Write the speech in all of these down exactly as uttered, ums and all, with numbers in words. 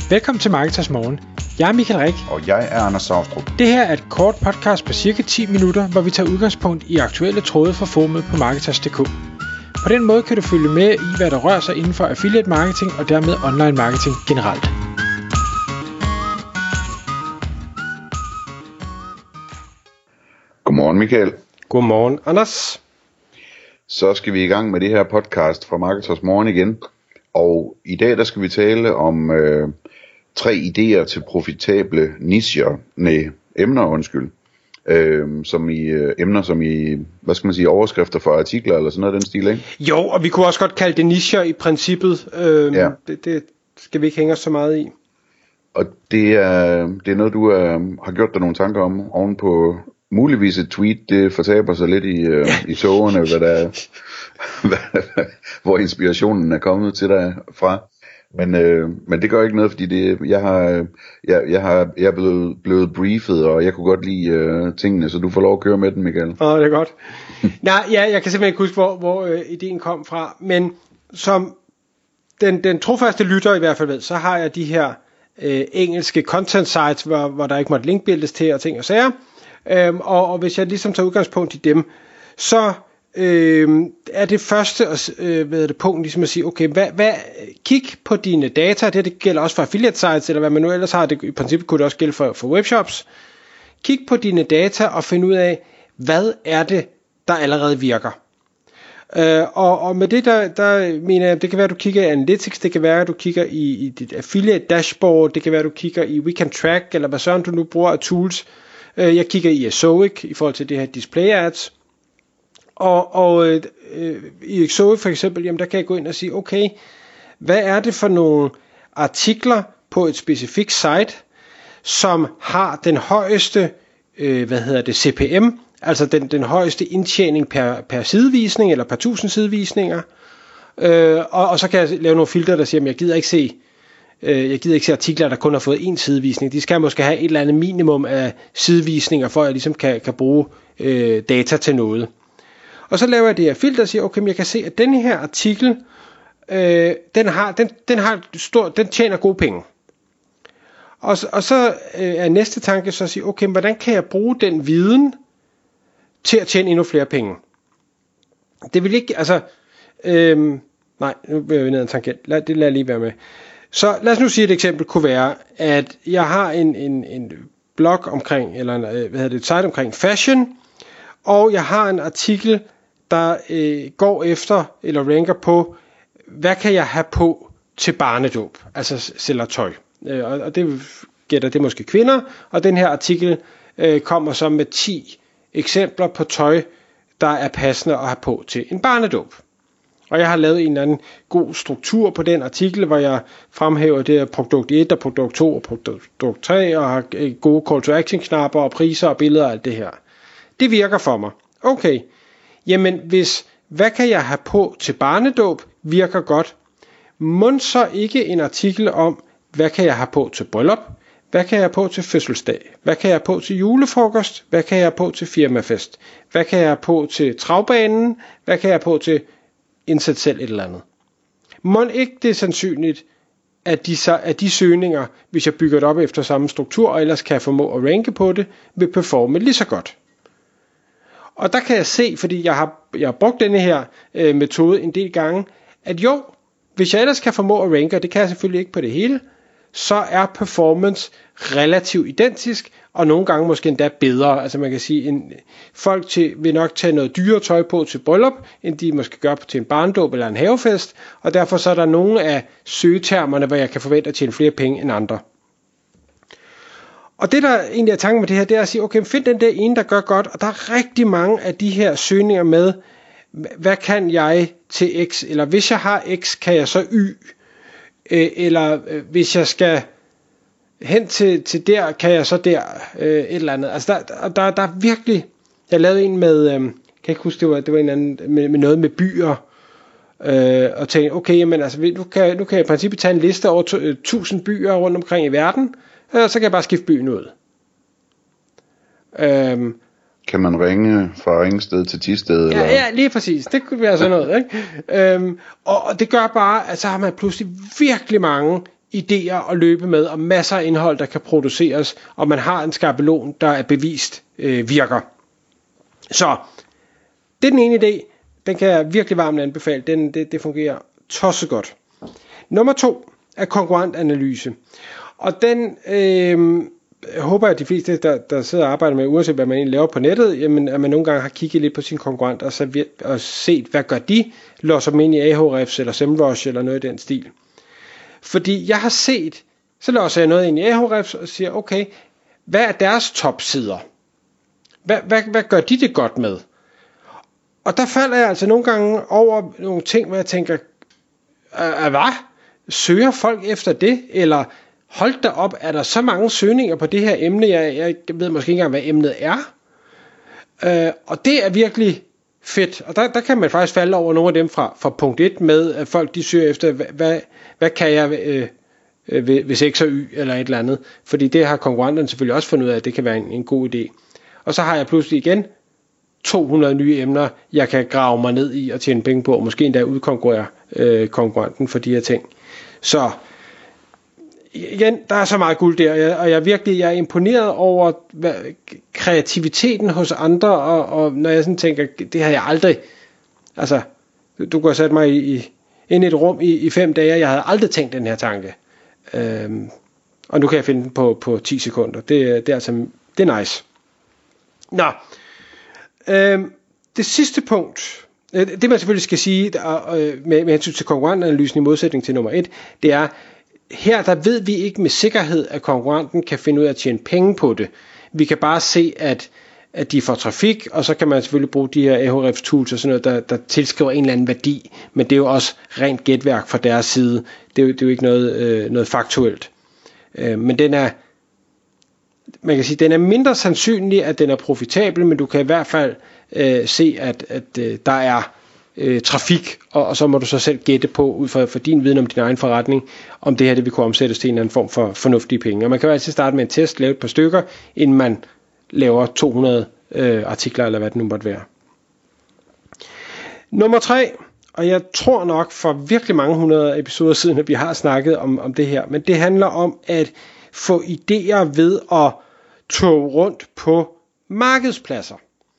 Velkommen til Marketers Morgen. Jeg er Michael Rik. Og jeg er Anders Saustrup. Det her er et kort podcast på cirka ti minutter, hvor vi tager udgangspunkt i aktuelle tråde fra forumet på Marketers punktum d k. På den måde kan du følge med i, hvad der rører sig inden for affiliate marketing og dermed online marketing generelt. Godmorgen Michael. Godmorgen Anders. Så skal vi i gang med det her podcast fra Marketers Morgen igen. Og i dag der skal vi tale om øh, tre idéer til profitable nicher, nej, emner undskyld. Øh, som i øh, emner som i, hvad skal man sige, overskrifter for artikler eller sådan noget den stil, ikke? Jo, og vi kunne også godt kalde det nicher i princippet. Øh, ja. det, det skal vi ikke hænge os så meget i. Og det er, det er noget du øh, har gjort dig nogle tanker om oven på muligvis et tweet. Det fortaber sig lidt i, øh, i togerne, hvad der er, hvor inspirationen er kommet til dig fra. Men, øh, men det gør ikke noget, fordi det, jeg har, jeg, jeg har, jeg er blevet, blevet briefet, og jeg kunne godt lide øh, tingene, så du får lov at køre med den, Michael. Åh, oh, det er godt. Nej, ja, jeg kan simpelthen ikke huske, hvor, hvor øh, ideen kom fra, men som den, den trofaste lytter i hvert fald ved, så har jeg de her øh, engelske content sites, hvor, hvor der ikke måtte linkbildes til og ting og sager. Øhm, og, og hvis jeg ligesom tager udgangspunkt i dem, så øh, er det første øh, hvad er det, punkt ligesom at sige, okay, hvad, hvad, kig på dine data, det, det gælder også for affiliate sites, eller hvad man nu ellers har, det, i princippet kunne det også gælde for, for webshops. Kig på dine data og find ud af, hvad er det, der allerede virker. Øh, og, og med det der, der mener jeg, det kan være, at du kigger i Analytics, det kan være, at du kigger i, i dit affiliate dashboard, det kan være, at du kigger i We Can Track, eller hvad sådan du nu bruger af tools. Jeg kigger i Exoic i forhold til det her display ads. Og, og øh, i Exoic for eksempel, jamen der kan jeg gå ind og sige, okay, hvad er det for nogle artikler på et specifikt site, som har den højeste, øh, hvad hedder det, C P M, altså den, den højeste indtjening per, per sidevisning, eller per tusind sidevisninger. Øh, og, og så kan jeg lave nogle filter, der siger, at jeg gider ikke se Jeg gider ikke se artikler, der kun har fået én sidevisning. De skal måske have et eller andet minimum af sidevisninger, for at jeg ligesom kan, kan bruge øh, data til noget. Og så laver jeg det her filter og siger, okay, men jeg kan se, at denne her artikel, øh, den, har, den, den, har stor, den tjener gode penge. Og, og så øh, er næste tanke så at sige, okay, hvordan kan jeg bruge den viden til at tjene endnu flere penge? Det vil ikke, altså, øh, nej, nu vil jeg ned en tangent. Lad, det lader jeg lige være med. Så lad os nu sige, et eksempel kunne være, at jeg har en, en, en blog omkring, eller en, hvad hedder det, et site omkring fashion, og jeg har en artikel, der øh, går efter, eller ranker på, hvad kan jeg have på til barnedåb, altså sælger tøj. Øh, og, og det gætter det måske kvinder, og den her artikel øh, kommer så med ti eksempler på tøj, der er passende at have på til en barnedåb. Og jeg har lavet en eller anden god struktur på den artikel, hvor jeg fremhæver det her produkt et og produkt to og produkt tre, og har gode call to action knapper og priser og billeder og alt det her. Det virker for mig. Okay, jamen hvis, hvad kan jeg have på til barnedåb, virker godt. Mon så ikke en artikel om, hvad kan jeg have på til bryllup, hvad kan jeg have på til fødselsdag, hvad kan jeg have på til julefrokost, hvad kan jeg have på til firmafest, hvad kan jeg have på til travbanen, hvad kan jeg have på til indsæt selv et eller andet. Mon ikke det er sandsynligt, at de, at de søgninger, hvis jeg bygger det op efter samme struktur, og ellers kan jeg formå at ranke på det, vil performe lige så godt. Og der kan jeg se, fordi jeg har, jeg har brugt denne her øh, metode en del gange, at jo, hvis jeg ellers kan formå at ranke, og det kan jeg selvfølgelig ikke på det hele, så er performance relativt identisk, og nogle gange måske endda bedre. Altså man kan sige, en, folk til, vil nok tage noget dyre tøj på til bryllup, end de måske gør til en barndåb eller en havefest, og derfor så er der nogle af søgetermerne, hvor jeg kan forvente at tjene flere penge end andre. Og det der egentlig er tanken med det her, det er at sige, okay, find den der ene, der gør godt, og der er rigtig mange af de her søgninger med, hvad kan jeg til X, eller hvis jeg har X, kan jeg så Y, eller hvis jeg skal hen til, til der, kan jeg så der øh, et eller andet. Altså der, der, der er virkelig, jeg lavede en med, øh, kan jeg ikke huske, det var, det var en anden, med, med noget med byer, øh, og tænkte, okay, jamen altså, nu kan, nu kan jeg i princippet tage en liste over to, øh, tusind byer rundt omkring i verden, og øh, så kan jeg bare skifte byen ud. Øh, Kan man ringe fra Ringsted til Thisted? Ja, ja, lige præcis. Det kunne være sådan noget, ikke? øhm, og, og det gør bare, at så har man pludselig virkelig mange idéer at løbe med, og masser af indhold, der kan produceres, og man har en skabelon, der er bevist øh, virker. Så det er den ene idé. Den kan jeg virkelig varmt anbefale. Den, det, det fungerer tosset godt. Nummer to er konkurrentanalyse. Og den øh, jeg håber, at de fleste, der, der sidder og arbejder med, uanset hvad man egentlig laver på nettet, jamen, at man nogle gange har kigget lidt på sine konkurrenter og, så, og set, hvad gør de? Låser dem ind i Ahrefs eller SEMrush eller noget i den stil. Fordi jeg har set, så låser jeg noget ind i Ahrefs og siger, okay, hvad er deres topsider? Hvad, hvad, hvad gør de det godt med? Og der falder jeg altså nogle gange over nogle ting, hvor jeg tænker, hvad? Søger folk efter det? Eller hold da op, er der så mange søgninger på det her emne? Jeg, jeg ved måske ikke engang, hvad emnet er. Øh, og det er virkelig fedt. Og der, der kan man faktisk falde over nogle af dem fra, fra punkt et med, at folk de søger efter, hvad, hvad, hvad kan jeg øh, øh, hvis X og Y eller et eller andet. Fordi det har konkurrenterne selvfølgelig også fundet ud af, at det kan være en, en god idé. Og så har jeg pludselig igen to hundrede nye emner, jeg kan grave mig ned i og tjene penge på, og måske endda udkonkurrere øh, konkurrenten for de her ting. Så igen, der er så meget guld der, og jeg, og jeg virkelig jeg er imponeret over hvad, kreativiteten hos andre, og, og når jeg sådan tænker, det har jeg aldrig, altså, du kunne have sat mig i, i, ind i et rum i, i fem dage, jeg havde aldrig tænkt den her tanke. Øhm, og nu kan jeg finde den på, på ti sekunder. Det, det er altså, det er nice. Nå, øhm, det sidste punkt, det man selvfølgelig skal sige med, med hensyn til konkurrentanalysen i modsætning til nummer et, det er, her der ved vi ikke med sikkerhed, at konkurrenten kan finde ud af at tjene penge på det. Vi kan bare se, at, at de får trafik, og så kan man selvfølgelig bruge de her Ahrefs tools og sådan noget, der, der tilskriver en eller anden værdi, men det er jo også rent gætværk fra deres side. Det er jo, det er jo ikke noget, øh, noget faktuelt. Øh, men den er, man kan sige, den er mindre sandsynlig, at den er profitabel, men du kan i hvert fald øh, se, at, at øh, der er øh, trafik, og, og så må du så selv gætte på, ud fra, fra din viden om din egen forretning, om det her det vil kunne omsættes til en eller anden form for fornuftige penge. Og man kan jo altid starte med en test, lave et par stykker, inden man laver to hundrede øh, artikler, eller hvad det nu måtte være. Nummer tre, og jeg tror nok for virkelig mange hundrede episoder siden, at vi har snakket om, om det her, men det handler om at få idéer ved at tog rundt på markedspladser.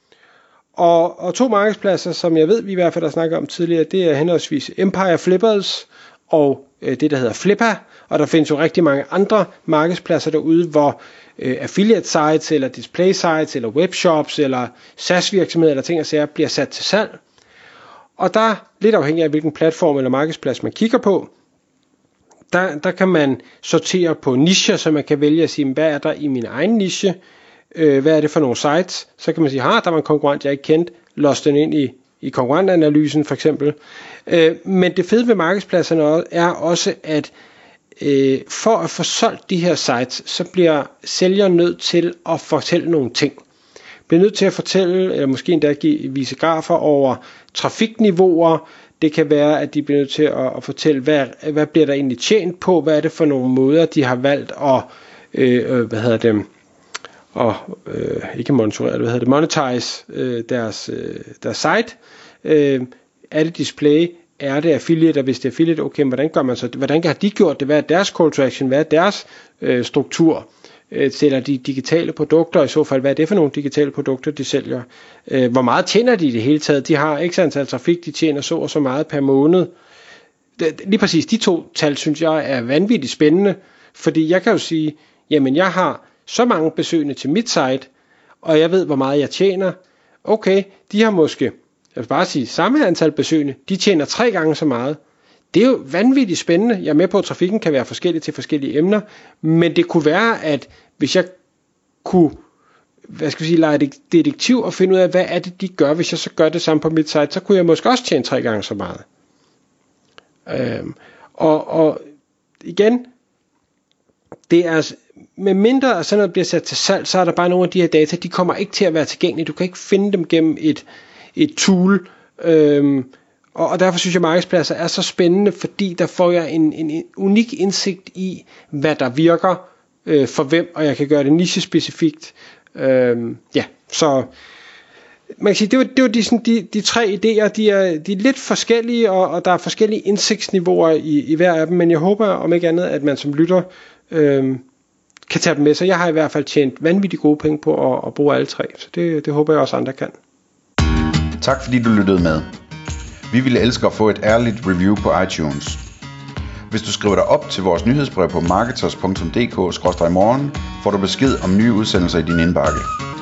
Og, og to markedspladser, som jeg ved, vi i hvert fald har snakket om tidligere, det er henholdsvis Empire Flippers og øh, det, der hedder Flippa. Og der findes jo rigtig mange andre markedspladser derude, hvor øh, affiliate sites, eller display sites, eller webshops, eller SaaS virksomheder, eller ting og sager, bliver sat til salg. Og der, lidt afhængig af hvilken platform eller markedsplads man kigger på, Der, der kan man sortere på nicher, så man kan vælge at sige, hvad er der i min egen niche, øh, hvad er det for nogle sites, så kan man sige, har der var en konkurrent, jeg ikke kendte, lås den ind i, i konkurrentanalysen for eksempel. Øh, men det fede ved markedspladserne er også, at øh, for at få solgt de her sites, så bliver sælger nødt til at fortælle nogle ting. Bliver nødt til at fortælle, eller måske endda give, vise grafer over trafikniveauer. Det kan være, at de bliver nødt til at, at fortælle, hvad, hvad bliver der egentlig tjent på, hvad er det for nogle måder, de har valgt at, øh, hvad hedder det, og, øh, ikke monitorere, hvad hedder det, monetize øh, deres, øh, deres site. Øh, er det display? Er det affiliate? Og hvis det er affiliate, okay, hvordan gør man så? Hvordan har de gjort det? Hvad er deres call to action? Hvad er deres øh, struktur? Sælger de digitale produkter, i så fald, hvad er det for nogle digitale produkter, de sælger? Øh, hvor meget tjener de i det hele taget? De har ikke antal trafik, de tjener så og så meget per måned. Det, lige præcis de to tal, synes jeg, er vanvittigt spændende, fordi jeg kan jo sige, jamen jeg har så mange besøgende til mit site, og jeg ved, hvor meget jeg tjener. Okay, de har måske, jeg vil bare sige, samme antal besøgende, de tjener tre gange så meget. Det er jo vanvittigt spændende. Jeg er med på, at trafikken kan være forskellig til forskellige emner, men det kunne være, at hvis jeg kunne, hvad skal vi sige, lege et detektiv og finde ud af, hvad er det, de gør, hvis jeg så gør det samme på mit site, så kunne jeg måske også tjene tre gange så meget. Øhm, og, og igen, det er, med mindre at sådan noget bliver sat til salg, så er der bare nogle af de her data, de kommer ikke til at være tilgængelige. Du kan ikke finde dem gennem et, et tool, øhm, Og derfor synes jeg, at markedspladser er så spændende, fordi der får jeg en, en unik indsigt i, hvad der virker øh, for hvem, og jeg kan gøre det niche-specifikt. Øh, ja, så man kan sige, det var, det var de, sådan, de, de tre idéer, de er, de er lidt forskellige, og, og der er forskellige indsigtsniveauer i, i hver af dem, men jeg håber om ikke andet, at man som lytter øh, kan tage dem med, så jeg har i hvert fald tjent vanvittigt gode penge på at, at bruge alle tre, så det, det håber jeg også andre kan. Tak fordi du lyttede med. Vi ville elske at få et ærligt review på iTunes. Hvis du skriver dig op til vores nyhedsbrev på marketers punktum d k skråstreg morgen, får du besked om nye udsendelser i din indbakke.